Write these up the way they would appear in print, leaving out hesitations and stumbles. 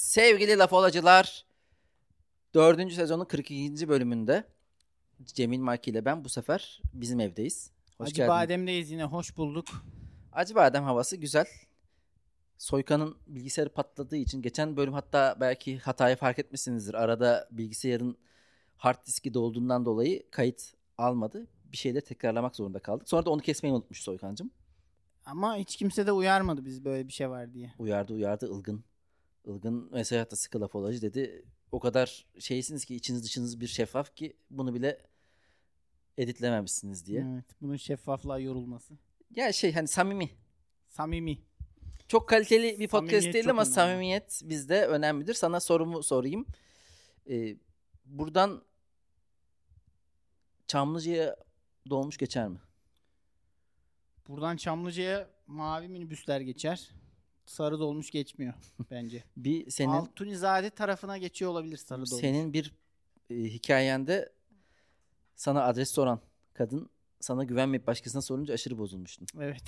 Sevgili Laf Olacılar, 4. sezonun 42. bölümünde Cemil Marki ile ben bu sefer bizim evdeyiz. Hoş Acı geldin. Badem'deyiz yine, hoş bulduk. Acı Badem havası güzel. Soykan'ın bilgisayarı patladığı için geçen bölüm hatta belki hatayı fark etmişsinizdir. Arada bilgisayarın hard diski dolduğundan dolayı kayıt almadı. Bir şeyleri tekrarlamak zorunda kaldık. Sonra da onu kesmeyi unutmuş Soykan'cığım. Ama hiç kimse de uyarmadı biz böyle bir şey var diye. Uyardı Ilgın. Ilgın mesela hatta sıkı laf olacı dedi. O kadar şeysiniz ki içiniz dışınız bir şeffaf ki bunu bile editlememişsiniz diye. Evet, bunun şeffaflığa yorulması. Ya hani samimi. Samimi. Çok kaliteli bir podcast Samimiyet değil çok ama önemli. samimiyet bizde önemlidir. Sana sorumu sorayım. Buradan Çamlıca'ya dolmuş geçer mi? Buradan Çamlıca'ya mavi minibüsler geçer. Sarı dolmuş geçmiyor bence. Bir senin Altunizade tarafına geçiyor olabilir sarı dolmuş. senin bir hikayende sana adres soran kadın sana güvenmeyip başkasına sorunca aşırı bozulmuştun. Evet.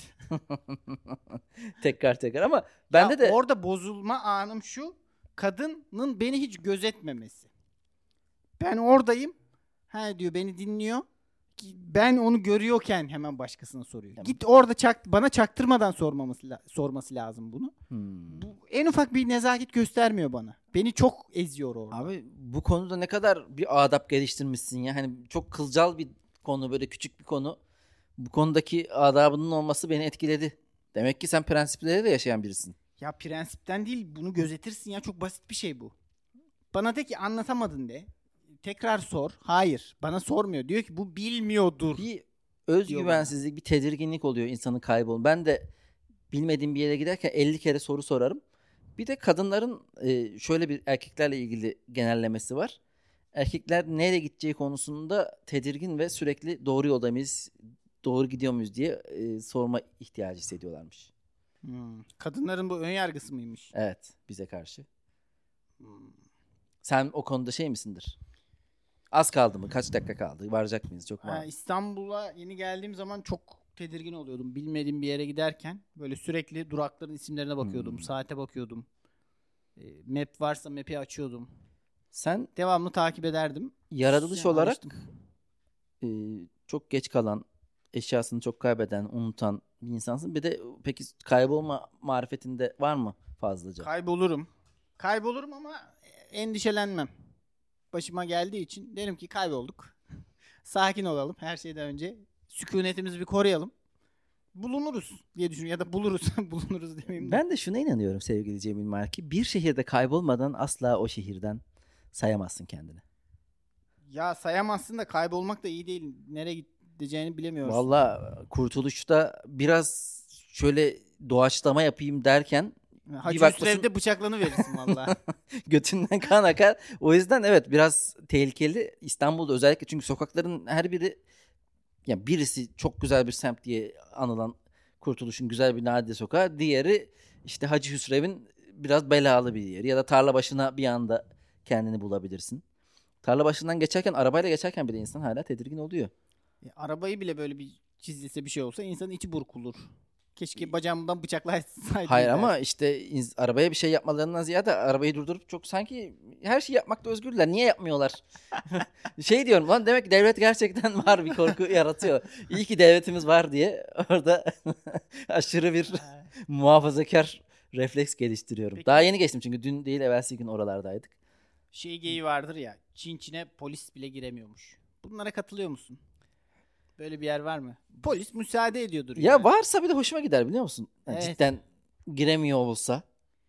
tekrar ama bende de orada bozulma anım şu. Kadının beni hiç gözetmemesi. Ben oradayım. Ha diyor, beni dinliyor. Ben onu görüyorken hemen başkasına soruyor. Tamam. Git orada bana çaktırmadan sorması lazım bunu. Bu en ufak bir nezaket göstermiyor bana. Beni çok eziyor orada. Abi bu konuda ne kadar bir adap geliştirmişsin ya. Hani çok kılcal bir konu, böyle küçük bir konu. Bu konudaki adabının olması beni etkiledi. Demek ki sen prensipleri de yaşayan birisin. Ya prensipten değil, bunu gözetirsin ya, çok basit bir şey bu. Bana de ki anlatamadın de. Tekrar sor. Hayır, bana sormuyor. Diyor ki bu bilmiyordur. Bir özgüvensizlik, bir tedirginlik oluyor insanın kaybol. Ben de bilmediğim bir yere giderken 50 kere soru sorarım. Bir de kadınların şöyle bir erkeklerle ilgili genellemesi var. Erkekler nereye gideceği konusunda tedirgin ve sürekli doğru yolda mıyız, doğru gidiyor muyuz diye sorma ihtiyacı hissediyorlarmış. Kadınların bu ön yargısı mıymış? Evet, bize karşı. Sen o konuda şey misindir? Az kaldı mı? Kaç dakika kaldı? Varacak mıyız? Çok mu? İstanbul'a yeni geldiğim zaman çok tedirgin oluyordum. Bilmediğim bir yere giderken böyle sürekli durakların isimlerine bakıyordum. Saate bakıyordum. Map varsa map'i açıyordum. Sen devamlı takip ederdim. yaratılış olarak alıştım. Çok geç kalan, eşyasını çok kaybeden, unutan bir insansın. Bir de peki kaybolma marifetinde var mı fazlaca? Kaybolurum ama endişelenmem. Başıma geldiği için derim ki kaybolduk. Sakin olalım her şeyden önce. Sükunetimizi bir koruyalım. Bulunuruz diye düşünüyorum. Ya da buluruz. Bulunuruz demeyeyim de. Ben de şuna inanıyorum sevgili Cemil Marki. Bir şehirde kaybolmadan asla o şehirden sayamazsın kendini. Ya sayamazsın da kaybolmak da iyi değil. Nereye gideceğini bilemiyorsun. Valla Kurtuluş'ta biraz şöyle doğaçlama yapayım derken Hacı Hüsrev'de bıçaklanıverirsin valla. götünden kan akar. O yüzden evet biraz tehlikeli. İstanbul'da özellikle çünkü sokakların her biri, ya birisi çok güzel bir semt diye anılan Kurtuluş'un güzel bir nadide sokağı. Diğeri işte Hacı Hüsrev'in biraz belalı bir yeri. Ya da Tarlabaşı'na bir anda kendini bulabilirsin. Tarlabaşı'ndan geçerken, arabayla geçerken bile insan hala tedirgin oluyor. Arabayı bile böyle bir çizilse bir şey olsa insanın içi burkulur. Keşke bacağımdan bıçaklasaydı. Hayır ama işte arabaya bir şey yapmalarından ziyade arabayı durdurup çok sanki her şeyi yapmakta özgürler. Niye yapmıyorlar? Şey diyorum lan, demek ki devlet gerçekten var, bir korku yaratıyor. İyi ki devletimiz var diye orada aşırı bir muhafazakar refleks geliştiriyorum. Peki. Daha yeni geçtim çünkü dün değil evvelsi gün oralardaydık. Şey geyiği vardır ya, Çin'e polis bile giremiyormuş. Bunlara katılıyor musun? Böyle bir yer var mı? Polis müsaade ediyordur. Ya varsa bir de hoşuma gider, biliyor musun? Yani Evet. cidden giremiyor olsa.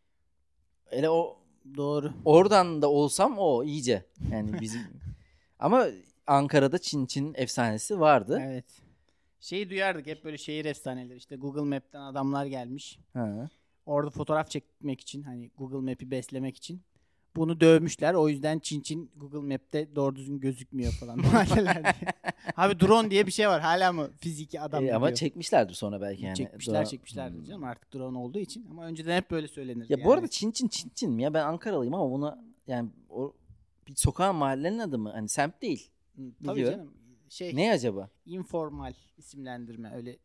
Hele o Doğru. oradan da olsam o iyice. Yani bizim ama Ankara'da Çin efsanesi vardı. Evet. Şeyi duyardık hep, böyle şehir efsaneleri. İşte Google Map'ten adamlar gelmiş. Ha. Orada fotoğraf çekmek için, hani Google Map'i beslemek için bunu dövmüşler. O yüzden Çin Google Map'te doğru düzgün gözükmüyor falan mahallelerde. Abi drone diye bir şey var. Hala mı fiziki adam Ama diyor. çekmişlerdir sonra belki yani. Çekmişlerdir canım artık drone olduğu için. Ama önceden hep böyle söylenir. Ya bu arada Çin mi ya? Ben Ankaralıyım ama buna yani o bir sokağın, mahallenin adı mı? Hani semt değil. Tabii Biliyor. canım. Ne acaba? Informal isimlendirme öyle.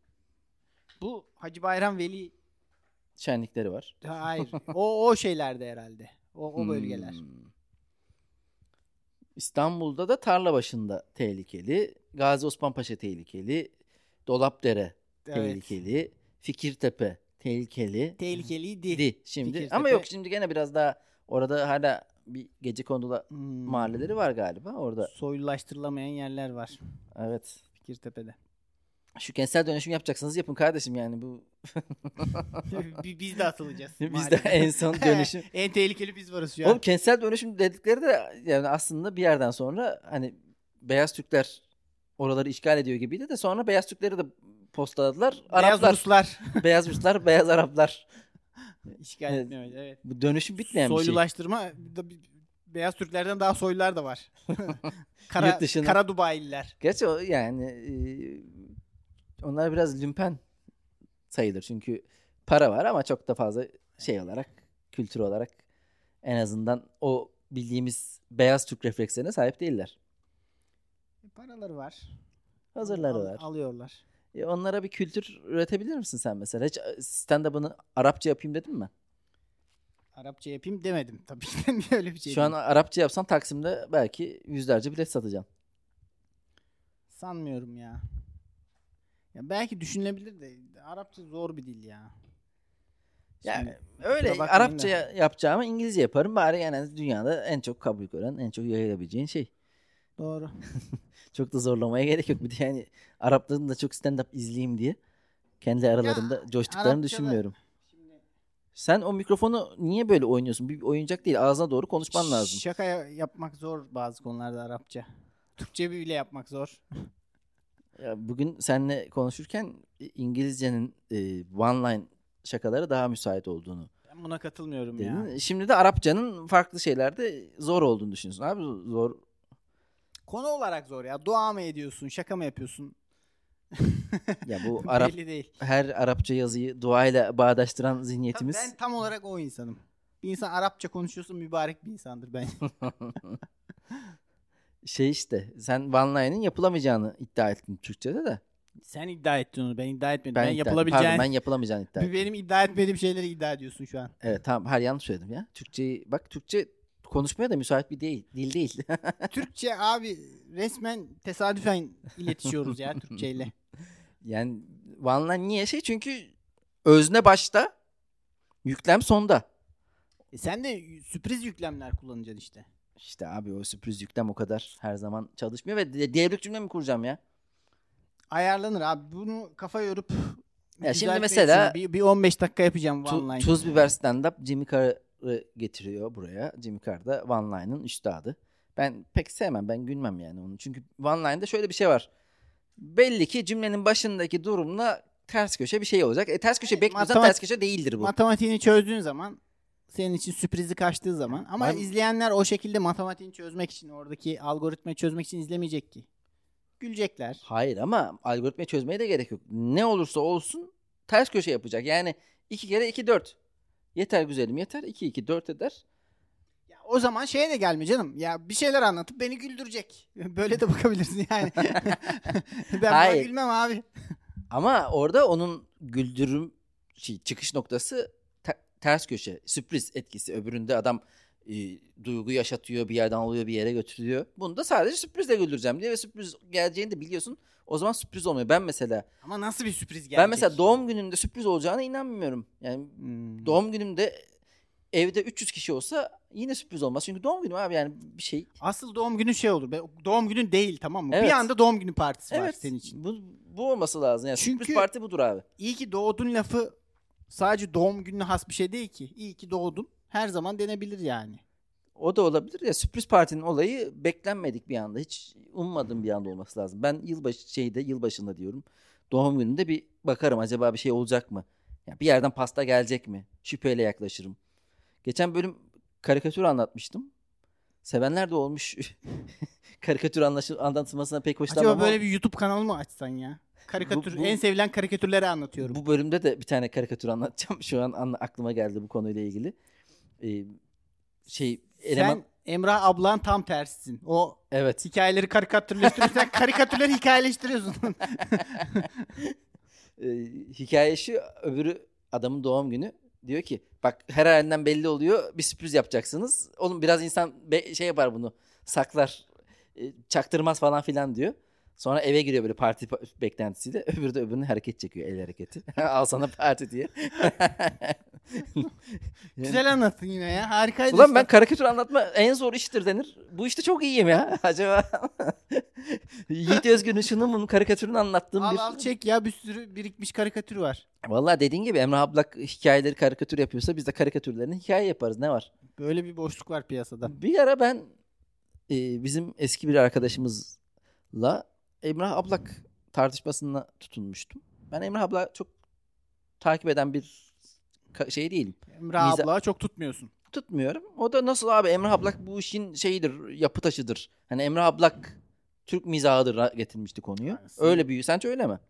Bu Hacı Bayram Veli Şenlikleri var. hayır. o şeylerde herhalde. O bölgeler. İstanbul'da da Tarlabaşı'nda tehlikeli. Gazi Osman Paşa tehlikeli. Dolapdere tehlikeli. Fikirtepe tehlikeli. Tehlikeliydi. Şimdi Fikirtepe. ama yok, şimdi gene biraz daha orada hala bir gecekondu mahalleleri var galiba orada. Soylulaştırılamayan yerler var. Evet. Fikirtepe'de. Şu kentsel dönüşüm yapacaksanız yapın kardeşim, yani bu. Biz de atılacağız. Biz de en son dönüşüm. En tehlikeli biz varız şu an. Oğlum kentsel dönüşüm dedikleri de yani aslında bir yerden sonra hani beyaz Türkler oraları işgal ediyor gibiydi de sonra beyaz Türkleri de postaladılar. Beyaz Ruslar. Beyaz Ruslar, beyaz Araplar. İşgal etmiyor. Evet. Bu dönüşüm bitmeyen bir şey. Soylulaştırma. Beyaz Türklerden daha soylular da var. Yurt dışına. Kara Dubai'liler. Gerçi o yani onlar biraz lümpen sayılır. Çünkü para var ama çok da fazla şey olarak, kültür olarak en azından o bildiğimiz beyaz Türk reflekslerine sahip değiller. Paraları var. Hazırları var. Alıyorlar. Onlara bir kültür üretebilir misin sen mesela? Hiç stand-up'ını Arapça yapayım dedin mi? Arapça yapayım demedim tabii ki. Öyle bir şey Şu an Arapça yapsan Taksim'de belki yüzlerce bilet satacaksın. Sanmıyorum ya. Ya belki düşünülebilir de Arapça zor bir dil ya. Yani öyle Arapça yapacağımı İngilizce yaparım bari, yani dünyada en çok kabul gören, en çok yayılabileceğin şey. Doğru. Çok da zorlamaya gerek yok. Bir de yani Arapların da çok stand-up izleyeyim diye kendi aralarında coştuklarını Arapçada düşünmüyorum. Sen o mikrofonu niye böyle oynuyorsun? Bir oyuncak değil, ağzına doğru konuşman lazım. Şaka yapmak zor bazı konularda Arapça. Türkçe bile yapmak zor. Ya bugün seninle konuşurken İngilizcenin one-line şakaları daha müsait olduğunu. Ben buna katılmıyorum dedin. ya. Şimdi de Arapçanın farklı şeylerde zor olduğunu düşünüyorsun. Abi zor. Konu olarak zor ya. Dua mı ediyorsun? Şaka mı yapıyorsun? Ya bu Arap, belli değil. her Arapça yazıyı duayla bağdaştıran zihniyetimiz. Ben tam olarak o insanım. Bir insan Arapça konuşuyorsa mübarek bir insandır bence. İşte sen one-line'ın yapılamayacağını iddia ettin Türkçe'de de. Sen iddia ettin onu. Ben iddia etmedim. Ben yapılamayacağını iddia ettim. Benim iddia etmediğim şeyleri iddia ediyorsun şu an. Evet tamam, her yanlış söyledim ya. Türkçe konuşmaya da müsait bir dil değil. Türkçe abi resmen tesadüfen iletişiyoruz ya Türkçeyle. Yani one-line niye çünkü özne başta, yüklem sonda. Sen de sürpriz yüklemler kullanacaksın işte. İşte abi o sürpriz yüklem o kadar her zaman çalışmıyor ve devrik cümle mi kuracağım ya? Ayarlanır abi. Bunu kafa yorup ya şimdi mesela bir 15 dakika yapacağım one line. Tuz Biber stand-up Jimmy Carr'ı getiriyor buraya. Jimmy Carr da one line'ın üstadı. Ben pek sevmem. Ben gülmem yani onu. Çünkü one line'da şöyle bir şey var. Belli ki cümlenin başındaki durumla ters köşe bir şey olacak. Ters köşe bekliyorsan ters köşe değildir bu. Matematiğini çözdüğün zaman, senin için sürprizi kaçtığı zaman, ama izleyenler o şekilde matematiğini çözmek için, oradaki algoritmayı çözmek için izlemeyecek ki. Gülecekler. Hayır ama algoritmayı çözmeye de gerek yok. Ne olursa olsun ters köşe yapacak. Yani 2 kere 2 4. Yeter güzelim yeter. 2 2 4 eder. Ya o zaman şeye de gelme canım. Ya bir şeyler anlatıp beni güldürecek. Böyle de bakabilirsin yani. Ben buna gülmem abi. Ama orada onun güldürüm çıkış noktası ters köşe, sürpriz etkisi. Öbüründe adam duygu yaşatıyor, bir yerden alıyor, bir yere götürüyor. Bunu da sadece sürprizle güldüreceğim diye ve sürpriz geleceğini de biliyorsun. O zaman sürpriz olmuyor. Ben mesela ama nasıl bir sürpriz gelecek? Ben mesela doğum gününde sürpriz olacağına inanmıyorum. Yani doğum günümde evde 300 kişi olsa yine sürpriz olmaz. Çünkü doğum günüm abi, yani bir şey. Asıl doğum günün şey olur. Doğum günün değil, tamam mı? Evet. Bir anda doğum günü partisi var senin için. Bu olması lazım. Yani çünkü sürpriz parti budur abi. İyi ki doğdun lafı sadece doğum gününe has bir şey değil ki. İyi ki doğdun. Her zaman denebilir yani. O da olabilir ya, sürpriz partinin olayı beklenmedik bir anda. Hiç ummadığım bir anda olması lazım. Ben yılbaşında diyorum. Doğum gününde bir bakarım acaba bir şey olacak mı? Yani bir yerden pasta gelecek mi? Şüpheyle yaklaşırım. Geçen bölüm karikatür anlatmıştım. Sevenler de olmuş. Karikatür anlatılmasına pek hoşlanmam. Acaba böyle bir YouTube kanalı mı açsan ya? Karikatür, en sevilen karikatürleri anlatıyorum. Bu bölümde de bir tane karikatür anlatacağım. Şu an aklıma geldi bu konuyla ilgili. Sen Emrah ablan tam tersisin. O evet. Hikayeleri karikatürleştiriyorsun. Sen karikatürleri hikayeleştiriyorsun. Hikaye şu, öbürü adamın doğum günü. Diyor ki bak her halinden belli oluyor. Bir sürpriz yapacaksınız. Oğlum biraz insan şey yapar bunu. Saklar. Çaktırmaz falan filan diyor. Sonra eve giriyor böyle parti beklentisiyle. Öbürü de öbürünü hareket çekiyor. El hareketi. Al sana parti diye. Güzel anlattın yine ya. Harikaydı. Ulan işte. ben karikatür anlatma en zor iştir denir. Bu işte çok iyiyim ya. Acaba Yiğit Özgür'ün şunun bunun karikatürünü anlattığım Al çek ya, bir sürü birikmiş karikatür var. Vallahi dediğin gibi Emrah Ablak hikayeleri karikatür yapıyorsa biz de karikatürlerini hikaye yaparız. Ne var? Böyle bir boşluk var piyasada. Bir ara ben bizim eski bir arkadaşımızla Emrah Ablak tartışmasına tutunmuştum. Ben Emrah Ablak'ı çok takip eden bir şey değilim. Emrah abla çok tutmuyorsun. Tutmuyorum. O da nasıl abi Emrah Ablak bu işin şeyidir, yapı taşıdır. Hani Emrah Ablak Türk mizahıdır getirmişti konuyu. Yani, öyle büyüyor. Sence öyle mi?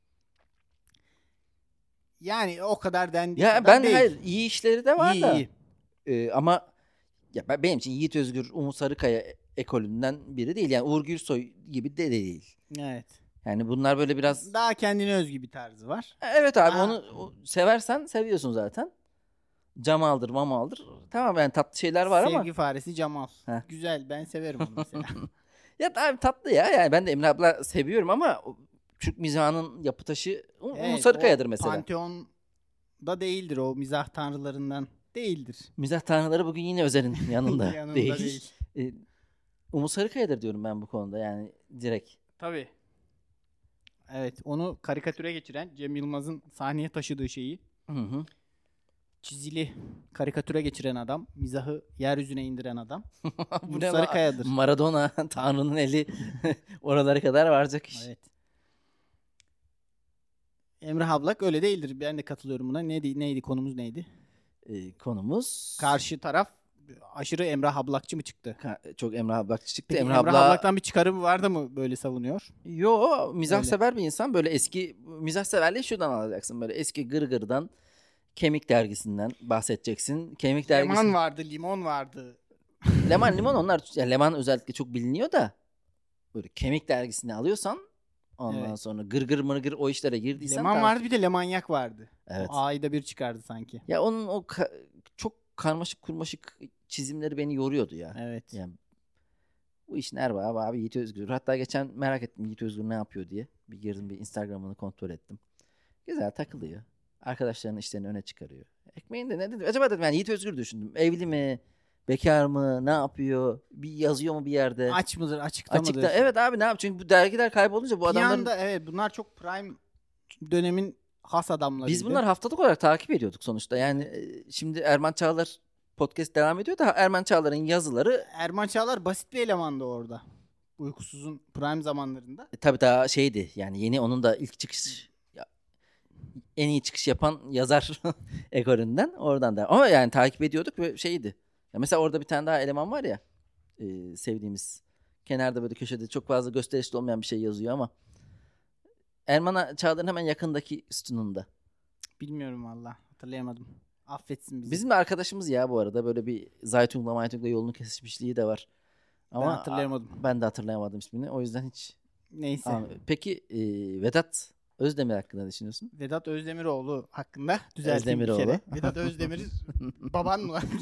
Yani o kadar dendiği Ya kadar ben değil. hayır iyi işleri de var İyi, da. iyi. Ama ya benim için Yiğit Özgür, Umut Sarıkaya ekolünden biri değil. Yani Uğur Gürsoy gibi de değil. Evet. Yani bunlar böyle biraz... Daha kendine özgü bir tarzı var. Evet abi Aa. onu seversen seviyorsun zaten. Camal'dır, Mamal'dır. Tamam yani tatlı şeyler var ama... Sevgi faresi Cemal. Heh. Güzel, ben severim onu mesela. Ya abi tatlı ya. Yani ben de Emre abla seviyorum ama Türk mizahının yapı taşı Umut Sarıkaya'dır mesela. Panteon'da değildir, o mizah tanrılarından değildir. Mizah tanrıları bugün yine Özer'in yanında, Yanında değil. Umut Sarıkaya'dır diyorum ben bu konuda yani direkt. Tabii. Evet, onu karikatüre geçiren Cem Yılmaz'ın sahneye taşıdığı şeyi Hı. çizili karikatüre geçiren adam, mizahı yeryüzüne indiren adam Bu Umut ne Sarıkaya'dır. Maradona, Tanrı'nın eli oralara kadar varacak iş. Evet. Emrah Ablak öyle değildir. Ben de katılıyorum buna. Neydi konumuz neydi? Konumuz... Karşı taraf aşırı Emrah Ablakçı mı çıktı? Çok Emrah Ablakçı çıktı. Peki, Emrah Ablak'tan bir çıkarımı var da mı böyle savunuyor? Yo mizah Öyle. sever bir insan. Böyle eski mizah severliği şuradan alacaksın. Böyle eski Gırgır'dan Kemik dergisinden bahsedeceksin. Kemik dergisi. Leman vardı, limon vardı. Leman limon onlar. Yani Leman özellikle çok biliniyor da. Böyle Kemik dergisini alıyorsan ondan Evet. sonra Gırgır mırgır o işlere girdiysen. Leman vardı, bir de Lemanyak vardı. Evet. O ayda bir çıkardı sanki. Ya onun o çok karmaşık kurmaşık çizimleri beni yoruyordu ya. Evet. Yani bu işin erbabı abi Yiğit Özgür. Hatta geçen merak ettim Yiğit Özgür ne yapıyor diye. Bir girdim bir Instagram'ını kontrol ettim. Güzel takılıyor. Arkadaşlarının işlerini öne çıkarıyor. Ekmeğinde ne dedi? Acaba dedim yani Yiğit Özgür düşündüm. Evli mi? Bekar mı? Ne yapıyor? Bir yazıyor mu bir yerde? Aç mıdır? Açıkta mıdır? Evet abi ne yap? Çünkü bu dergiler kaybolunca bu Bir adamların... anda evet, bunlar çok prime dönemin has adamlarıydı. Biz bunlar haftalık olarak takip ediyorduk sonuçta. Yani şimdi Erman Çağlar podcast devam ediyor da Erman Çağlar'ın yazıları... Erman Çağlar basit bir elemandı orada. Uykusuz'un prime zamanlarında. Tabii daha şeydi yani yeni onun da ilk çıkış en iyi çıkış yapan yazar ekolünden oradan da. Ama yani takip ediyorduk ve şeydi. Ya mesela orada bir tane daha eleman var ya sevdiğimiz. Kenarda böyle köşede çok fazla gösterişli olmayan bir şey yazıyor ama Erman Çağlar'ın hemen yakındaki sütununda. Bilmiyorum valla. Hatırlayamadım. Affetsin bizi. Bizim de arkadaşımız ya bu arada. Böyle bir Zaytung'la yolunu kesişmişliği de var. Ama ben hatırlayamadım. Ben de hatırlayamadım ismini. O yüzden hiç. Neyse. Peki Vedat Özdemir hakkında ne düşünüyorsun? Vedat Özdemiroğlu hakkında düzelteyim bir Özdemiroğlu. kere. Vedat Özdemir baban mı var?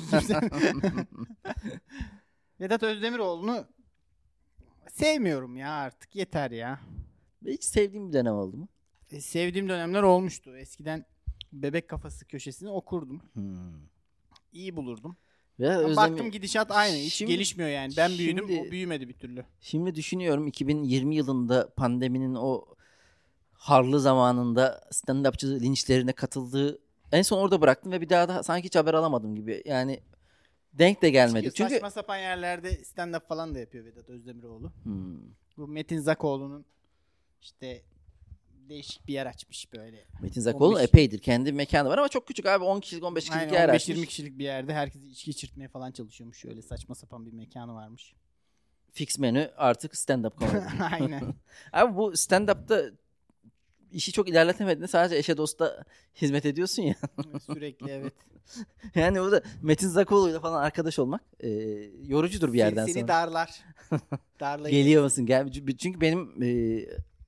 Vedat Özdemiroğlu'nu sevmiyorum ya artık. Yeter ya. Hiç sevdiğim bir dönem oldu mu? Sevdiğim dönemler olmuştu. Eskiden Bebek Kafası köşesini okurdum. İyi bulurdum. Baktım gidişat aynı. Hiç gelişmiyor yani. Ben büyüdüm, o büyümedi bir türlü. Şimdi düşünüyorum 2020 yılında pandeminin o harlı zamanında stand-upçı linçlerine katıldığı en son orada bıraktım ve bir daha da sanki hiç haber alamadım gibi. Yani denk de gelmedi. Çıkıyor, çünkü saçma sapan yerlerde stand-up falan da yapıyor Vedat Özdemiroğlu. Bu Metin Zakoğlu'nun işte değişik bir yer açmış böyle. Metin Zakoğlu epeydir. Kendi mekanı var ama çok küçük abi. 10 kişilik 15 kişilik aynen, yer açmış. 15-20 kişilik bir yerde herkes içki içirtmeye falan çalışıyormuş. Şöyle saçma sapan bir mekanı varmış. Fix menü artık stand-up komedi. Aynen. Abi bu stand-up'ta işi çok ilerletemediğinde sadece eşe dosta hizmet ediyorsun ya. Sürekli evet. Yani o da Metin Zakoğlu'yla falan arkadaş olmak yorucudur bir yerden sonra. Seni darlar. Geliyor musun? Çünkü benim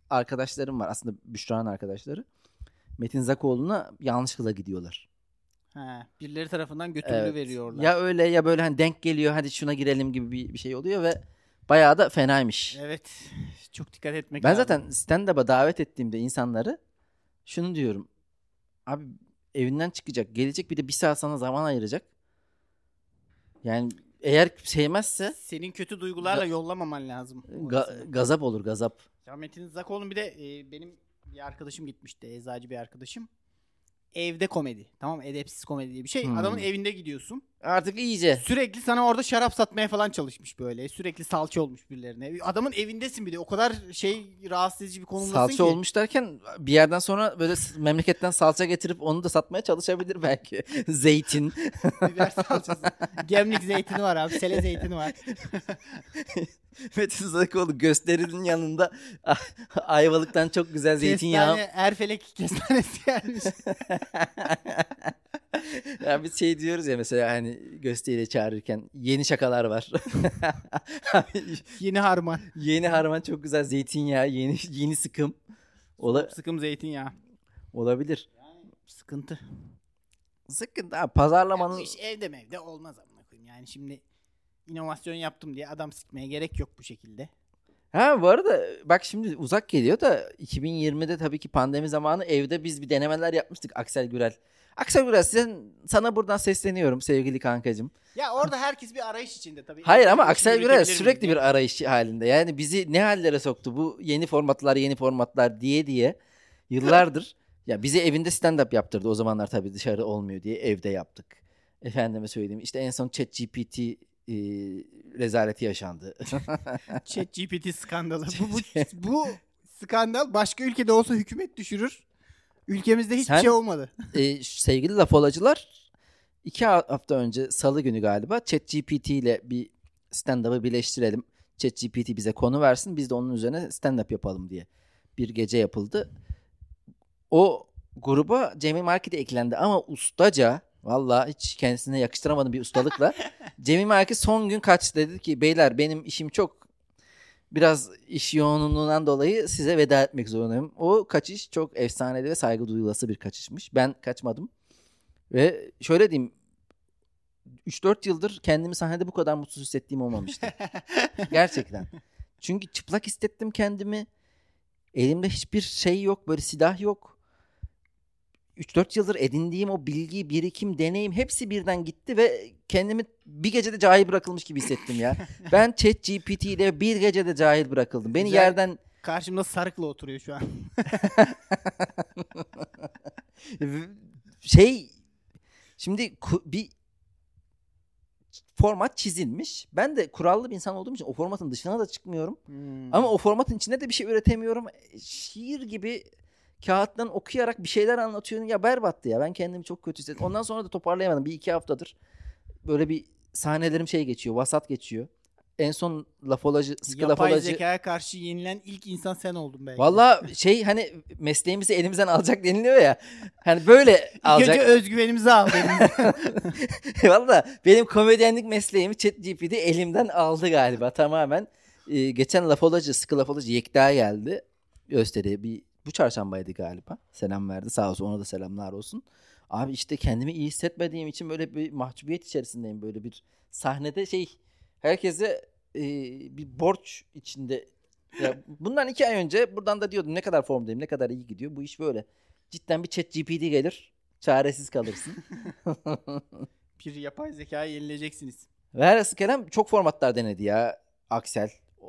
arkadaşlarım var. Aslında Büşra'nın arkadaşları. Metin Zakoğlu'na yanlışlıkla gidiyorlar. Ha, birileri tarafından Evet. götürülüveriyorlar. Ya öyle ya böyle hani denk geliyor hadi şuna girelim gibi bir şey oluyor ve bayağı da fenaymış. Evet. Çok dikkat etmek Ben lazım. zaten stand-up'a davet ettiğimde insanları şunu diyorum. Abi evinden çıkacak, gelecek bir de bir saat sana zaman ayıracak. Yani eğer sevmezse Senin kötü duygularla yollamaman lazım. orasını. gazap olur gazap. Ya Metin Zakoğlu'nun bir de benim bir arkadaşım gitmişti. Eczacı bir arkadaşım. Evde komedi. Tamam mı? Edepsiz komedi diye bir şey. Adamın evinde gidiyorsun. Artık iyice. Sürekli sana orada şarap satmaya falan çalışmış böyle. Sürekli salça olmuş birilerine. Adamın evindesin bir de. O kadar rahatsız edici bir konumdasın Salça ki. olmuş derken bir yerden sonra böyle memleketten salça getirip onu da satmaya çalışabilir belki. Zeytin. Biber salçası. Gemlik zeytini var abi. Sele zeytini var. Metin Zakoğlu gösterinin yanında Ayvalık'tan çok güzel zeytinyağı. Kestane, Erfelek kestanesi gelmiş. Ya biz şey diyoruz ya mesela hani gösteriye çağırırken yeni şakalar var. Yeni harman. Yeni harman çok güzel zeytinyağı, yeni sıkım. Sıkım zeytinyağı. Olabilir. Sıkıntı. Sıkıntı abi Bu pazarlamanın iş evde mevde olmaz amına koyayım. Yani şimdi inovasyon yaptım diye adam sikmeye gerek yok bu şekilde. Ha bu arada bak şimdi uzak geliyor da 2020'de tabii ki pandemi zamanı evde biz bir denemeler yapmıştık Aksel Gürel. Aksel Gürel sana buradan sesleniyorum sevgili kankacığım. Ya orada herkes bir arayış içinde tabii. Hayır Evde ama bir Aksel şey Gürel üretebilir sürekli miyim bir arayış halinde. Yani bizi ne hallere soktu bu yeni formatlar diye yıllardır. Ya bizi evinde stand-up yaptırdı. O zamanlar tabii dışarı olmuyor diye evde yaptık. Efendime söyleyeyim işte en son ChatGPT rezaleti yaşandı. ChatGPT skandalı. Bu skandal başka ülkede olsa hükümet düşürür. Ülkemizde hiçbir Sen- şey olmadı. Sevgili laf olacılar 2 hafta önce Salı günü galiba ChatGPT ile bir stand-up'ı birleştirelim. ChatGPT bize konu versin biz de onun üzerine stand-up yapalım diye bir gece yapıldı. O gruba Cemil Marki de eklendi ama ustaca valla hiç kendisine yakıştıramadığım bir ustalıkla Cemil Marki son gün kaçtı dedi ki beyler benim işim çok biraz iş yoğunluğundan dolayı size veda etmek zorundayım. O kaçış çok efsaneli ve saygı duyulası bir kaçışmış. Ben kaçmadım. Ve şöyle diyeyim 3-4 yıldır kendimi sahnede bu kadar mutsuz hissettiğim olmamıştı. Gerçekten. Çünkü çıplak hissettim kendimi. Elimde hiçbir şey yok. Böyle silah yok. 3-4 yıldır edindiğim o bilgi, birikim, deneyim hepsi birden gitti ve kendimi bir gecede cahil bırakılmış gibi hissettim ya. Ben ChatGPT ile bir gecede cahil bırakıldım. Beni Güzel. yerden Karşımda Sarıklı oturuyor şu an. Şimdi bir format çizilmiş. Ben de kurallı bir insan olduğum için o formatın dışına da çıkmıyorum. Ama o formatın içinde de bir şey üretemiyorum. Şiir gibi kağıttan okuyarak bir şeyler anlatıyorum. Ya berbattı ya. Ben kendimi çok kötü hissettim. Ondan sonra da toparlayamadım. 1-2 haftadır böyle bir sahnelerim geçiyor. Vasat geçiyor. En son sıkı laf Yapay olacı. zekaya karşı yenilen ilk insan sen oldun belki. Valla hani mesleğimizi elimizden alacak deniliyor ya. Hani böyle alacak. Önce özgüvenimizi al. Valla benim komedyenlik mesleğimi ChatGPT elimden aldı galiba tamamen. Geçen sıkı laf olacı Yekta geldi. Gösteriye bu çarşambaydı galiba. Selam verdi sağ olsun ona da selamlar olsun. Abi işte kendimi iyi hissetmediğim için böyle bir mahcubiyet içerisindeyim. Böyle bir sahnede herkese bir borç içinde. Ya bundan 2 ay önce buradan da diyordum ne kadar formdayım ne kadar iyi gidiyor. Bu iş böyle. Cidden bir ChatGPT gelir çaresiz kalırsın. Bir yapay zekayı yenileyeceksiniz. Velhasıl kelam çok formatlar denedi ya Aksel.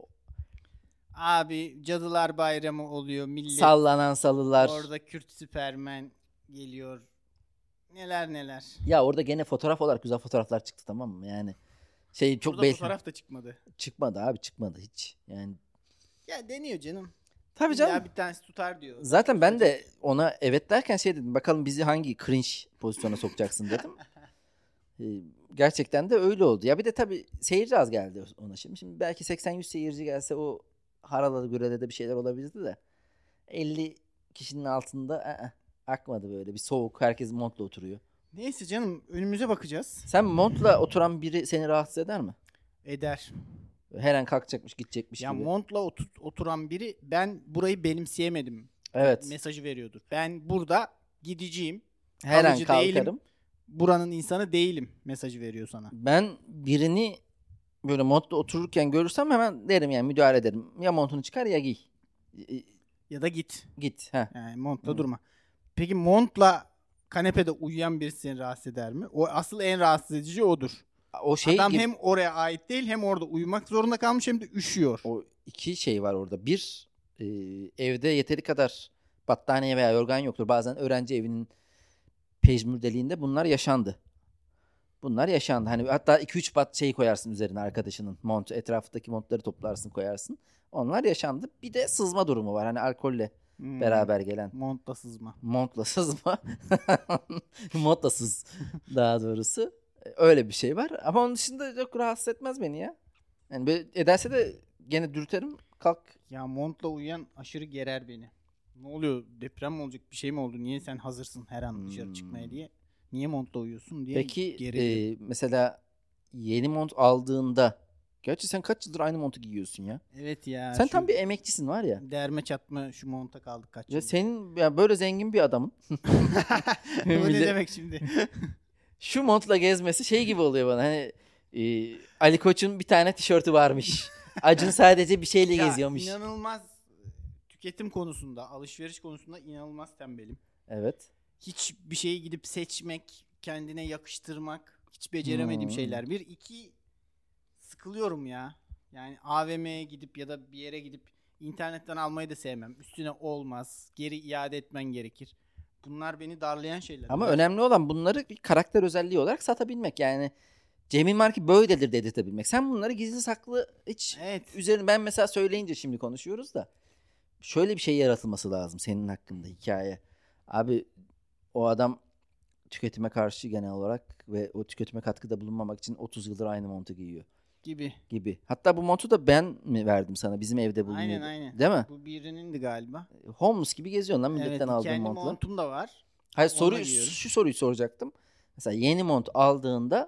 Abi Cadılar Bayramı oluyor. Millet Sallanan salılar. orada Kürt Süpermen geliyor. Neler neler. Ya orada gene fotoğraf olarak güzel fotoğraflar çıktı tamam mı? Yani çok Burada belli. fotoğraf da çıkmadı. Çıkmadı abi çıkmadı hiç. Yani Ya deniyor canım. tabii canım. Ya bir tanesi tutar diyor. Zaten ben de ona evet derken dedim. Bakalım bizi hangi cringe pozisyona sokacaksın dedim. Gerçekten de öyle oldu. Ya bir de tabii seyirci az geldi ona şimdi. Şimdi belki 80-100 seyirci gelse o Haraladı Gürel'de de bir şeyler olabilirdi de. 50 kişinin altında akmadı böyle. Bir soğuk. Herkes montla oturuyor. Neyse canım önümüze bakacağız. Sen montla oturan biri seni rahatsız eder mi? Eder. Her an kalkacakmış gidecekmiş Ya gibi. montla oturan biri ben burayı benimseyemedim. Evet. Mesajı veriyordur. Ben burada gideceğim. Her an kalıcı değilim. kalkarım. buranın insanı değilim mesajı veriyor sana. Ben birini böyle montla otururken görürsem hemen derim yani müdahale ederim. Ya montunu çıkar ya giy. Ya da git. Git. Heh. Yani montla durma. Peki montla kanepede uyuyan birisi seni rahatsız eder mi? O asıl en rahatsız edici odur. O şey Adam gibi, hem oraya ait değil hem orada uyumak zorunda kalmış hem de üşüyor. o iki şey var orada. Bir, evde yeteri kadar battaniye veya yorgan yoktur. Bazen öğrenci evinin pejmürdeliğinde bunlar yaşandı. Hani hatta 2-3 bat şey koyarsın üzerine arkadaşının montu. Etrafındaki montları toplarsın koyarsın. Onlar yaşandı. Bir de sızma durumu var. Hani alkolle beraber gelen. Montla sızma. Montla sızma. Montla sız daha doğrusu. Öyle bir şey var. Ama onun dışında çok rahatsız etmez beni ya. Yani böyle ederse de gene dürterim. Kalk. Ya montla uyuyan aşırı gerer beni. Ne oluyor? Deprem mi olacak? Bir şey mi oldu? Niye sen hazırsın her an dışarı çıkmaya diye? Niye montla uyuyorsun diye Peki geriliyor. mesela yeni mont aldığında, gerçi sen kaç yıldır aynı montu giyiyorsun ya? Evet ya. Sen tam bir emekçisin var ya. Derme çatma şu monta kaldık kaç Ya yıldır. senin ya böyle zengin bir adamın. Öyle demek şimdi. Şu montla gezmesi şey gibi oluyor bana. Hani Ali Koç'un bir tane tişörtü varmış. Acun sadece bir şeyle Ya geziyormuş. inanılmaz tüketim konusunda, alışveriş konusunda inanılmaz tembelim. Evet. Hiçbir şeyi gidip seçmek, kendine yakıştırmak hiç beceremediğim şeyler. İki sıkılıyorum ya. Yani AVM'ye gidip ya da bir yere gidip internetten almayı da sevmem. Üstüne olmaz. Geri iade etmen gerekir. Bunlar beni darlayan şeyler. Ama önemli olan bunları bir karakter özelliği olarak satabilmek. Yani Cemil Marki böyledir dedirtebilmek. Sen bunları gizli saklı hiç üzerine ben mesela söyleyince şimdi konuşuyoruz da şöyle bir şey yaratılması lazım senin hakkında hikaye. Abi o adam tüketime karşı genel olarak ve o tüketime katkıda bulunmamak için 30 yıldır aynı montu giyiyor. Gibi. Hatta bu montu da ben mi verdim sana? Bizim evde bulunuyordu. Aynen. Değil mi? Bu birinindi galiba. Homeless gibi geziyorsun lan milletten aldığın kendi montla. montum da var. Hayır Onunla şu soruyu soracaktım. Mesela yeni mont aldığında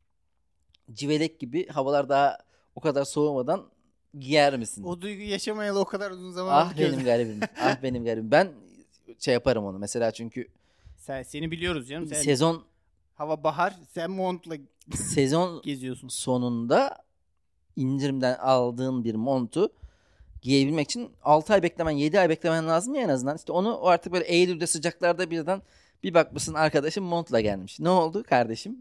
civelek gibi havalar daha o kadar soğumadan giyer misin? O duyguyu yaşamayalı o kadar uzun zaman oldu Ah ki. benim garibim. Ah benim garibim. Ben şey yaparım onu. Mesela çünkü Seni biliyoruz canım. Sen sezon hava bahar, sen montla sezon geziyorsun. sonunda indirimden aldığın bir montu giyebilmek için 6 ay beklemen, 7 ay beklemen lazım ya en azından. İşte onu artık böyle Eylül'de sıcaklarda birden bir bakmışsın arkadaşım montla gelmiş. Ne oldu kardeşim?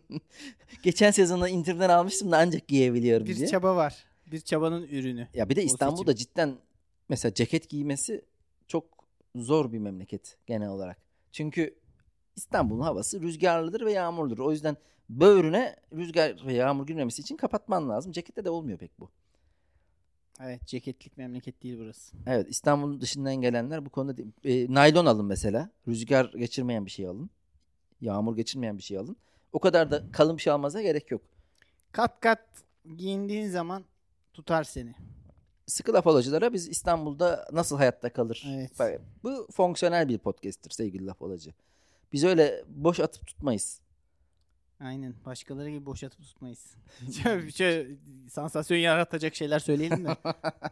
Geçen sezonda indirimden almıştım da ancak giyebiliyorum diye. Bir çaba var. Bir çabanın ürünü. Ya bir de O İstanbul'da seçim. cidden mesela ceket giymesi çok zor bir memleket genel olarak. Çünkü İstanbul'un havası rüzgarlıdır ve yağmurludur. O yüzden böğrüne rüzgar ve yağmur girmemesi için kapatman lazım. Cekette de olmuyor pek bu. Evet, ceketlik memleket değil burası. Evet, İstanbul'un dışından gelenler bu konuda naylon alın mesela. Rüzgar geçirmeyen bir şey alın. Yağmur geçirmeyen bir şey alın. O kadar da kalın bir şey almanıza gerek yok. Kat kat giyindiğin zaman tutar seni. Sıkı laf olacılara biz İstanbul'da nasıl hayatta kalır? Evet. Bak, bu fonksiyonel bir podcast'tir sevgili laf olacı. Biz öyle boş atıp tutmayız. Aynen. Başkaları gibi boşatıp tutmayız. şöyle sansasyon yaratacak şeyler söyleyelim de.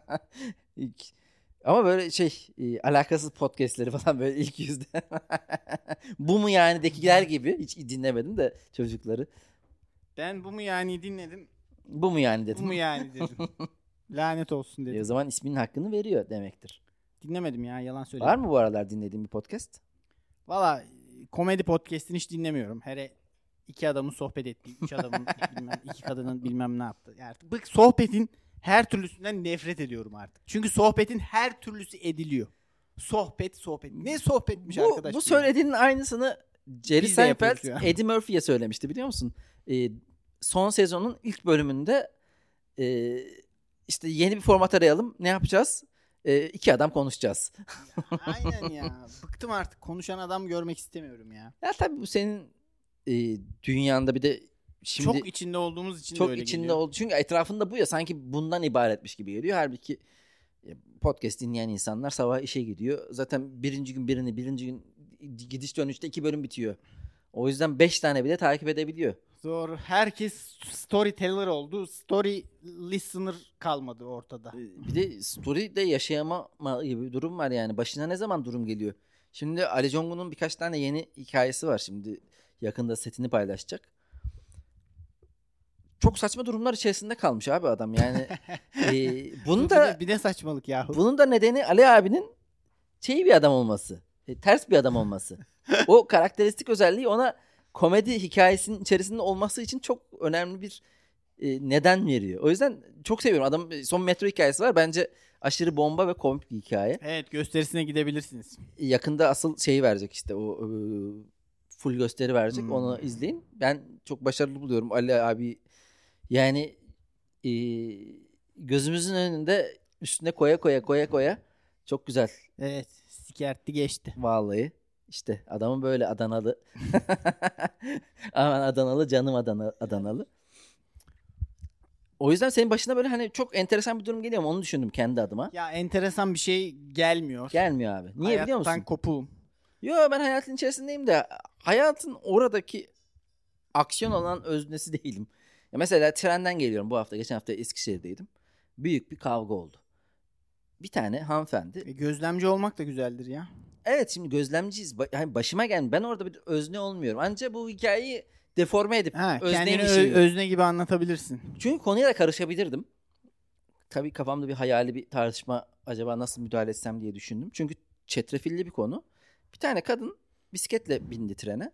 Ama böyle alakasız podcastleri falan böyle ilk yüzde. Bu mu yani dekiler gibi hiç dinlemedim de çocukları. Ben bu mu yani dinledim. Bu mu yani dedim. Bu mu yani dedim. Lanet olsun dedim. O zaman isminin hakkını veriyor demektir. Dinlemedim ya, yalan söyleyeyim. Var mı bu aralar dinlediğin bir podcast? Valla komedi podcast'ini hiç dinlemiyorum. Hele iki adamın sohbet ettiği, üç adamın iki kadının bilmem ne yaptı. Yani artık sohbetin her türlüsünden nefret ediyorum artık. Çünkü sohbetin her türlüsü ediliyor. Sohbet. Ne sohbetmiş arkadaş? Bu söylediğinin aynısını Jerry Biz de yapıyoruz Seinfeld ya. Eddie Murphy'ye söylemişti biliyor musun? Son sezonun ilk bölümünde işte yeni bir format arayalım. Ne yapacağız? 2 adam konuşacağız. Aynen ya. Bıktım artık. Konuşan adam görmek istemiyorum ya. Ya tabii bu senin dünyanda bir de şimdi Çok içinde olduğumuz için de çok öyle içinde geliyor. oldu. Çünkü etrafında bu ya sanki bundan ibaretmiş gibi geliyor. Halbuki podcast dinleyen insanlar sabah işe gidiyor. Zaten birinci gün gidiş dönüşte 2 bölüm bitiyor. O yüzden 5 tane bile takip edebiliyor. Zor. Herkes storyteller oldu. Story listener kalmadı ortada. Bir de story'de yaşayamama gibi bir durum var yani. Başına ne zaman durum geliyor? Şimdi Ali Congu'nun birkaç tane yeni hikayesi var. Şimdi yakında setini paylaşacak. Çok saçma durumlar içerisinde kalmış abi adam. Yani bunun da bir de saçmalık yahu. bunun da nedeni Ali abinin bir adam olması. Ters bir adam olması. O karakteristik özelliği ona komedi hikayesinin içerisinde olması için çok önemli bir neden veriyor. O yüzden çok seviyorum. Adam son metro hikayesi var. Bence aşırı bomba ve komik bir hikaye. Evet, gösterisine gidebilirsiniz. Yakında asıl şeyi verecek işte o full gösteri verecek. Onu izleyin. Ben çok başarılı buluyorum Ali abi. Yani gözümüzün önünde üstüne koya çok güzel. Evet, sikertti geçti. Vallahi işte adamın böyle Adanalı. Aman Adanalı canım Adanalı. O yüzden senin başına böyle hani çok enteresan bir durum geliyor mu? Onu düşündüm kendi adıma. Ya enteresan bir şey gelmiyor. Gelmiyor abi. Niye biliyor musun? Hayattan kopuğum. Yo, ben hayatın içerisindeyim de hayatın oradaki aksiyon olan öznesi değilim. Ya mesela trenden geliyorum bu hafta. Geçen hafta Eskişehir'deydim. Büyük bir kavga oldu. Bir tane hanımefendi. Gözlemci olmak da güzeldir ya. Evet, şimdi gözlemciyiz. Yani başıma geldi. Ben orada bir özne olmuyorum. Ancak bu hikayeyi deforme edip kendini özneymişim. özne gibi anlatabilirsin. Çünkü konuya da karışabilirdim. Tabii kafamda bir hayali bir tartışma, acaba nasıl müdahale etsem diye düşündüm. Çünkü çetrefilli bir konu. Bir tane kadın bisikletle bindi trene.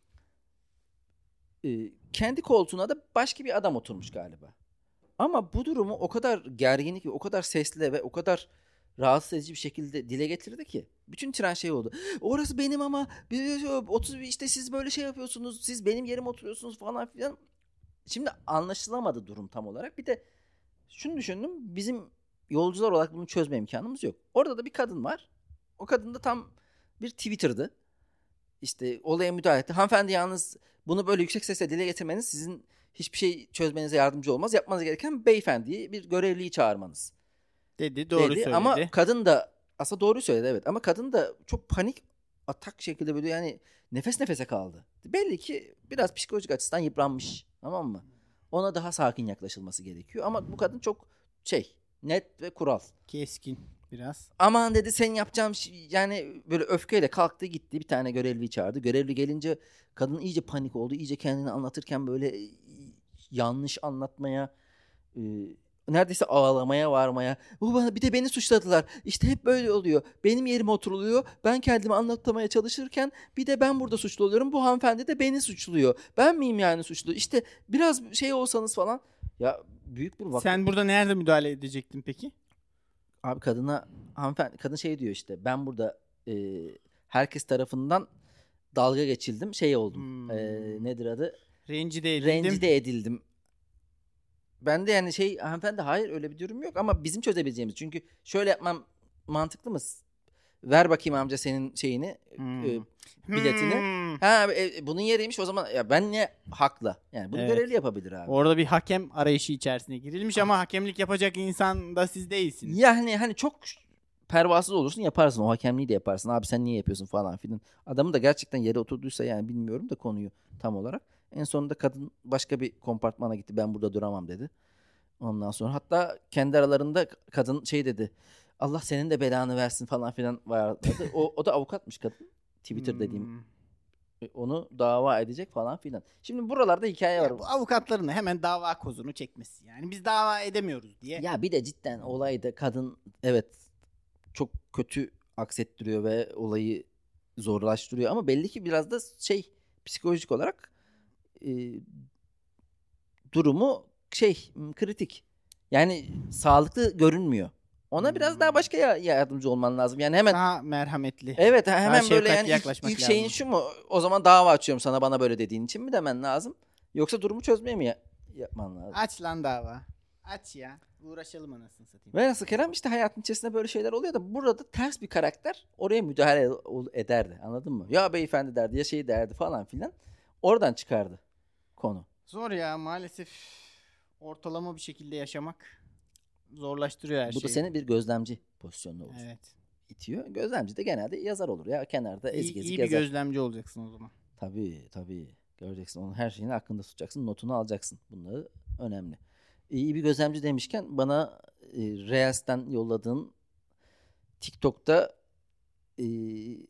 Kendi koltuğuna da başka bir adam oturmuş galiba. Ama bu durumu o kadar gerginlik ve o kadar sesli ve o kadar rahatsız edici bir şekilde dile getirdi ki. Bütün tren şey oldu. Orası benim ama 30 işte siz böyle şey yapıyorsunuz. Siz benim yerime oturuyorsunuz falan filan. Şimdi anlaşılamadı durum tam olarak. Bir de şunu düşündüm. Bizim yolcular olarak bunu çözme imkanımız yok. Orada da bir kadın var. O kadın da tam bir Twitter'dı. İşte olaya müdahale etti. Hanımefendi, yalnız bunu böyle yüksek sesle dile getirmeniz sizin hiçbir şey çözmenize yardımcı olmaz. Yapmanız gereken beyefendiyi, bir görevliyi çağırmanız. Doğru söyledi. Ama kadın da aslında doğru söyledi, evet. Ama kadın da çok panik atak şekilde böyle yani nefes nefese kaldı. Belli ki biraz psikolojik açıdan yıpranmış. Tamam mı? Ona daha sakin yaklaşılması gerekiyor. Ama bu kadın çok net ve kural. Keskin biraz. Aman dedi, senin yapacağım yani böyle öfkeyle kalktı gitti, bir tane görevliyi çağırdı. Görevli gelince kadın iyice panik oldu. İyice kendini anlatırken böyle yanlış anlatmaya, neredeyse ağlamaya varmaya. Bir de beni suçladılar. İşte hep böyle oluyor. Benim yerime oturuluyor. Ben kendimi anlatmaya çalışırken bir de ben burada suçlu oluyorum. Bu hanımefendi de beni suçluyor. Ben miyim yani suçlu? İşte biraz şey olsanız falan. Ya büyük bir Sen burada nerede müdahale edecektin peki? Abi hanımefendi, kadın şey diyor işte, ben burada herkes tarafından dalga geçildim, oldum. Nedir adı? Rencide edildim. Ben de yani hanımefendi, hayır öyle bir durum yok ama bizim çözebileceğimiz. Çünkü şöyle yapmam mantıklı mı? Ver bakayım amca senin biletini. Bunun yeriymiş o zaman, ya ben ne haklı? Yani bunu görevli yapabilir abi. Orada bir hakem arayışı içerisine girilmiş ama hakemlik yapacak insan da siz değilsiniz. Yani hani çok pervasız olursun, yaparsın. O hakemliği de yaparsın. Abi sen niye yapıyorsun falan filan. Adamın da gerçekten yere oturduysa, yani bilmiyorum da konuyu tam olarak. En sonunda kadın başka bir kompartmana gitti. Ben burada duramam dedi. Ondan sonra hatta kendi aralarında kadın dedi. Allah senin de belanı versin falan filan vardı. O da avukatmış kadın. Twitter dediğim. Onu dava edecek falan filan. Şimdi buralarda hikaye var. Bu avukatların hemen dava kozunu çekmesi. Yani biz dava edemiyoruz diye. Ya bir de cidden olayda kadın evet çok kötü aksettiriyor ve olayı zorlaştırıyor ama belli ki biraz da psikolojik olarak durumu kritik. Yani sağlıklı görünmüyor. Ona biraz daha başka yardımcı olman lazım. Yani hemen daha merhametli. Evet, hemen böyle yani ilk şeyin lazım. şu mu? O zaman dava açıyorum sana, bana böyle dediğin için mi demen lazım? Yoksa durumu çözmeye mi yapman lazım? Aç lan dava. Aç ya. Uğraşalım anasını satayım. Velhasıl kelam işte hayatın içerisinde böyle şeyler oluyor da burada ters bir karakter oraya müdahale ederdi. Anladın mı? Ya beyefendi derdi, ya derdi falan filan. Oradan çıkardı konu. Zor ya, maalesef ortalama bir şekilde yaşamak zorlaştırıyor her şeyi. Bu da seni bir gözlemci pozisyonuna itiyor. Gözlemci de genelde yazar olur ya. Kenarda ezik iyi yazar. bir gözlemci olacaksın o zaman. Tabii. Göreceksin. Onun her şeyini aklında tutacaksın. Notunu alacaksın. Bunları önemli. İyi bir gözlemci demişken bana Reels'ten yolladığın TikTok'ta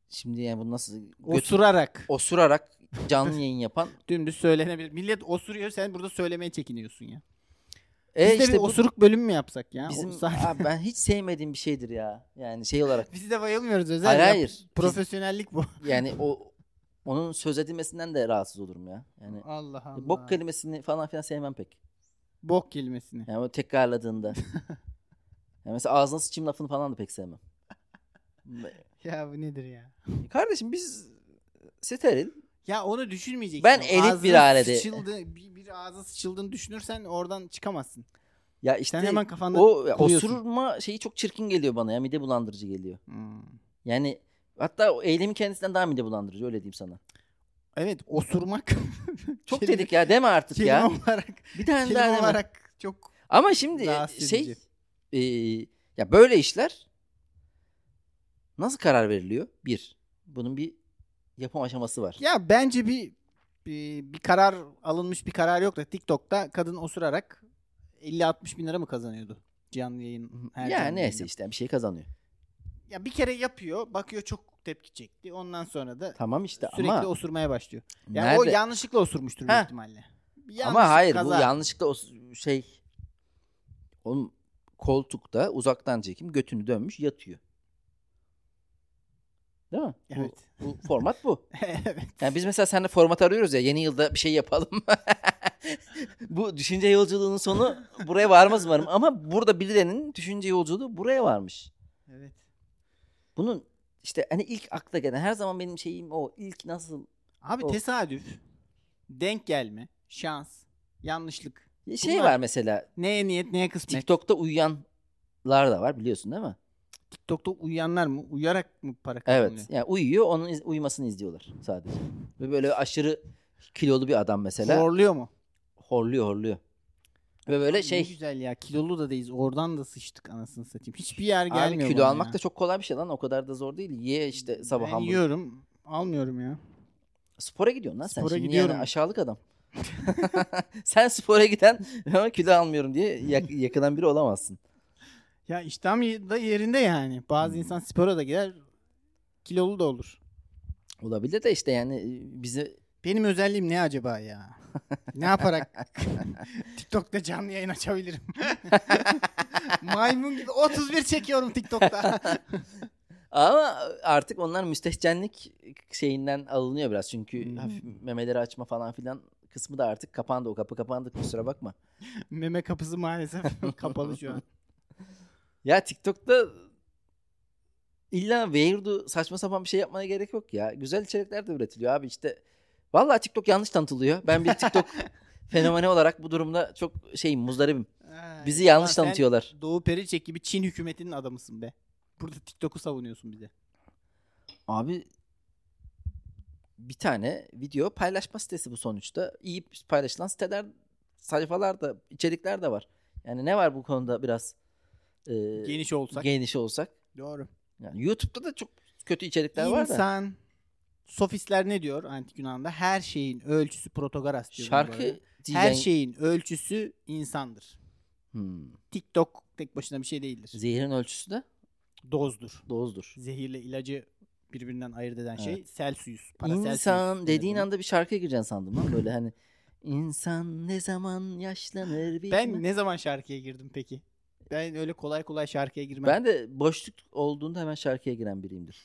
Şimdi yani bu nasıl Osurarak canlı yayın yapan. dümdüz söylenebilir. Millet osuruyor, sen burada söylemeye çekiniyorsun ya. Biz de işte bir osuruk bölümü mü yapsak ya? Bizim Sadece- abi ben hiç sevmediğim bir şeydir ya. Yani şey olarak. Biz de bayılmıyoruz özel. Hayır, ya. hayır. Profesyonellik bu. Yani onun söz edilmesinden de rahatsız olurum ya. Yani Allah Allah. bok kelimesini falan filan sevmem pek. Bok kelimesini. Yani o tekrarladığında. Yani mesela ağzına sıçayım lafını falan da pek sevmem. Ya bu nedir ya? Kardeşim biz steril. Ya onu düşünmeyeceksin. Ben elit Ağzına bir ailede- bir ağza sıçıldığını düşünürsen oradan çıkamazsın. Ya işte Sen hemen kafanda o kuruyorsun. osurma şeyi çok çirkin geliyor bana ya. Mide bulandırıcı geliyor. Hmm. Yani hatta o eylemin kendisinden daha mide bulandırıcı, öyle diyeyim sana. Evet, osurmak. Çok kelime- dedik ya, deme artık kelime ya. olarak, Bir tane kelime daha deme. olarak çok Ama şimdi rahatsız şey edici. ya böyle işler nasıl karar veriliyor? Bunun bir yapım aşaması var. Ya bence bir karar alınmış bir karar yok da TikTok'ta kadın osurarak 50-60 bin lira mı kazanıyordu? Canlı yayın. Her Ya canlı neyse yayında. işte bir şey kazanıyor. Ya bir kere yapıyor, bakıyor çok tepki çekti. Ondan sonra da Tamam işte sürekli ama osurmaya başlıyor. Yani nerede? o yanlışlıkla osurmuştur büyük Heh. ihtimalle. Ama hayır kaza. bu yanlışlıkla onun koltukta uzaktan çekim götünü dönmüş yatıyor. Değil mi? Evet. Bu format bu. Evet. Yani biz mesela seninle format arıyoruz ya, yeni yılda bir şey yapalım. Bu düşünce yolculuğunun sonu buraya varmaz umarım. Ama burada birilerinin düşünce yolculuğu buraya varmış. Evet. Bunun işte hani ilk akla gelen, her zaman benim şeyim o. İlk nasıl Abi O. tesadüf, denk gelme, şans, yanlışlık. şey Bunlar- var mesela, Neye niyet, neye kısmet. TikTok'ta uyuyanlar da var, biliyorsun değil mi? TikTok'ta uyuyanlar mı? Uyuyarak mı para kazanıyor? Evet. Yani uyuyor, onun uyumasını izliyorlar sadece. Ve böyle aşırı kilolu bir adam mesela. Horluyor mu? Horluyor. Ve böyle Abi Ne şey, güzel ya. Kilolu da değiliz. Oradan da sıçtık anasını satayım. Hiçbir yer abi gelmiyor kilo bana almak ya. da çok kolay bir şey lan. O kadar da zor değil. Ye işte sabah Ben hamburger. yiyorum. Almıyorum ya. Spora gidiyorsun lan sen Spora şimdi, gidiyorum. yani aşağılık adam. Sen spora giden ama kilo almıyorum diye yakınan biri olamazsın. Ya iştahım da yerinde yani. Bazı insan spora da gider. Kilolu da olur. Olabilir de işte yani bizi Benim özelliğim ne acaba ya? Ne yaparak TikTok'ta canlı yayın açabilirim? Maymun gibi 31 çekiyorum TikTok'ta. ama artık onlar müstehcenlik şeyinden alınıyor biraz. Çünkü hafif memeleri açma falan filan kısmı da artık kapandı. O kapı kapandı, kusura bakma. Meme kapısı maalesef kapalı şu an. Ya TikTok'ta illa weirdo saçma sapan bir şey yapmana gerek yok ya. Güzel içerikler de üretiliyor abi işte. Vallahi TikTok yanlış tanıtılıyor. Ben bir TikTok fenomeni olarak bu durumda çok muzdaribim. Bizi yanlış Sen tanıtıyorlar. Doğu Perinçek gibi Çin hükümetinin adamısın be. Burada TikTok'u savunuyorsun bize. Abi bir tane video paylaşma sitesi bu sonuçta. İyi paylaşılan siteler, sayfalar da, içerikler de var. Yani ne var bu konuda biraz Geniş olsak. olsak? Doğru. Yani YouTube'da da çok kötü içerikler var da. İnsan, sofistler ne diyor antik Yunan'da? Her şeyin ölçüsü Protagoras diyor. buna Şarkı böyle. diyen- Her şeyin ölçüsü insandır. Hmm. TikTok tek başına bir şey değildir. Zehrin ölçüsü de Dozdur. dozdur. Zehirle ilacı birbirinden ayırt eden şey Evet. Celsius. İnsan denir dediğin buna. anda bir şarkıya gireceksin sandım lan, böyle hani insan ne zaman yaşlanır bilmem. Ben ne zaman şarkıya girdim peki? Ben öyle kolay kolay şarkıya girmem. Ben de boşluk olduğunda hemen şarkıya giren biriyimdir.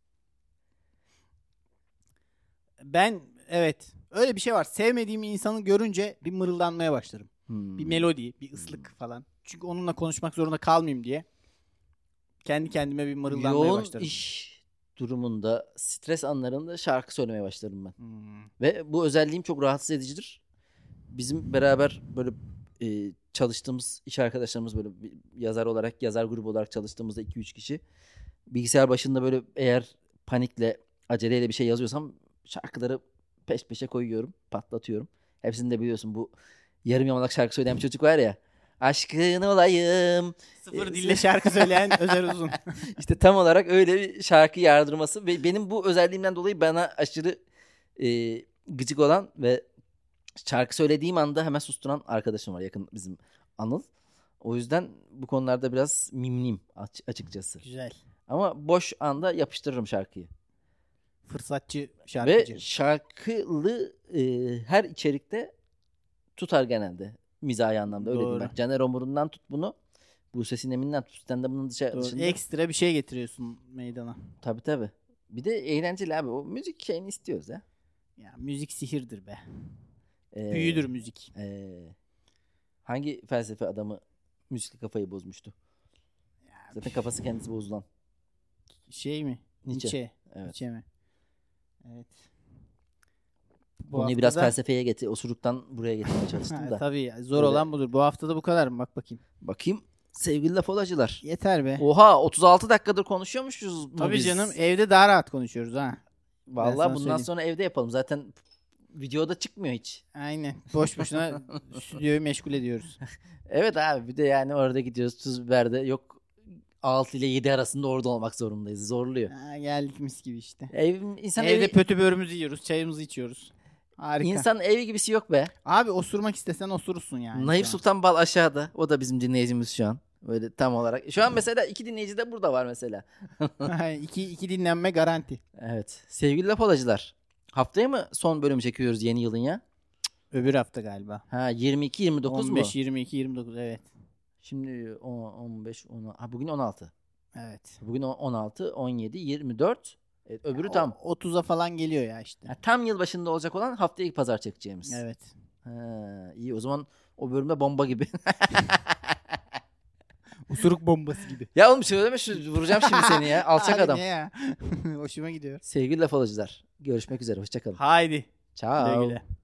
Ben evet öyle bir şey var. Sevmediğim insanı görünce bir mırıldanmaya başlarım. Hmm. Bir melodi, bir ıslık falan. Çünkü onunla konuşmak zorunda kalmayayım diye. Kendi kendime bir mırıldanmaya Yoğun başlarım. iş durumunda, stres anlarında şarkı söylemeye başlarım ben. Hmm. Ve bu özelliğim çok rahatsız edicidir. Bizim beraber böyle çalıştığımız iş arkadaşlarımız, böyle bir yazar olarak, yazar grubu olarak çalıştığımızda 2-3 kişi. Bilgisayar başında böyle eğer panikle, aceleyle bir şey yazıyorsam şarkıları peş peşe koyuyorum, patlatıyorum. Hepsini de biliyorsun, bu yarım yamalak şarkı söyleyen bir çocuk var ya. Aşkın olayım. Sıfır dille şarkı söyleyen Özer Uzun. İşte tam olarak öyle bir şarkı yardırması ve benim bu özelliğimden dolayı bana aşırı gıcık olan ve şarkı söylediğim anda hemen susturan arkadaşım var, yakın bizim Anıl. O yüzden bu konularda biraz mimliyim açıkçası. Güzel. Ama boş anda yapıştırırım şarkıyı. Fırsatçı şarkıcı. Ve şarkılı her içerikte tutar genelde. Mizahi anlamda öyle diyeyim Doğru. bak. Caner Omur'undan tut bunu. Buse Sinem'inden tut. Stand-up'ının Doğru. dışında. Ekstra bir şey getiriyorsun meydana. Tabii. Bir de eğlenceli abi. O müzik şeyini istiyoruz ya. Ya müzik sihirdir be. Ee, Büyüdür müzik. Hangi felsefe adamı müzikle kafayı bozmuştu? Zaten kafası kendisi bozulan. Şey mi? Nietzsche. Evet. Nietzsche mi? Evet. Bu Konuyu biraz haftada- felsefeye osuruktan buraya getirmeye çalıştım da. Tabii ya, zor Öyle. olan budur. Bu haftada bu kadar mı? Bak bakayım. Bakayım sevgili laf olacılar. Yeter be. Oha 36 dakikadır konuşuyormuşuz mu Tabii biz? canım, evde daha rahat konuşuyoruz ha. Ben Vallahi sana bundan söyleyeyim. sonra evde yapalım. Zaten videoda çıkmıyor hiç. Aynen. Boş boşuna stüdyoyu meşgul ediyoruz. Evet abi bir de yani orada gidiyoruz tuz biberde yok 6 ile 7 arasında orada olmak zorundayız. Zorluyor. Ha, geldik mis gibi işte. İnsan Evde evi, pötü böğrümüzü yiyoruz, çayımızı içiyoruz. Harika. insan evi gibisi yok be. Abi osurmak istesen osurursun yani. Naif şu an. Sultan Bal aşağıda. O da bizim dinleyicimiz şu an. Böyle tam olarak. Şu an mesela 2 dinleyici de burada var mesela. iki dinlenme garanti. Evet. Sevgili laf olacılar. Haftaya mı son bölümü çekiyoruz yeni yılın ya? Öbür hafta galiba. Ha 22-29 mu? 15, 22, 29 evet. Şimdi 15, 10, ha bugün 16. Evet. Bugün 16, 17, 24. Evet, öbürü tam. 30'a falan geliyor ya işte. Ha, tam yıl başında olacak olan haftaya ilk pazar çekeceğimiz. Evet. Ha, iyi o zaman o bölümde bomba gibi. Usuruk bombası gibi. Ya oğlum söyleme şu vuracağım şimdi seni ya. Alçak Abi adam. ne ya? Hoşuma gidiyor. Sevgili laf olacılar. Görüşmek üzere. Hoşçakalın. Haydi. Ciao. Güle güle.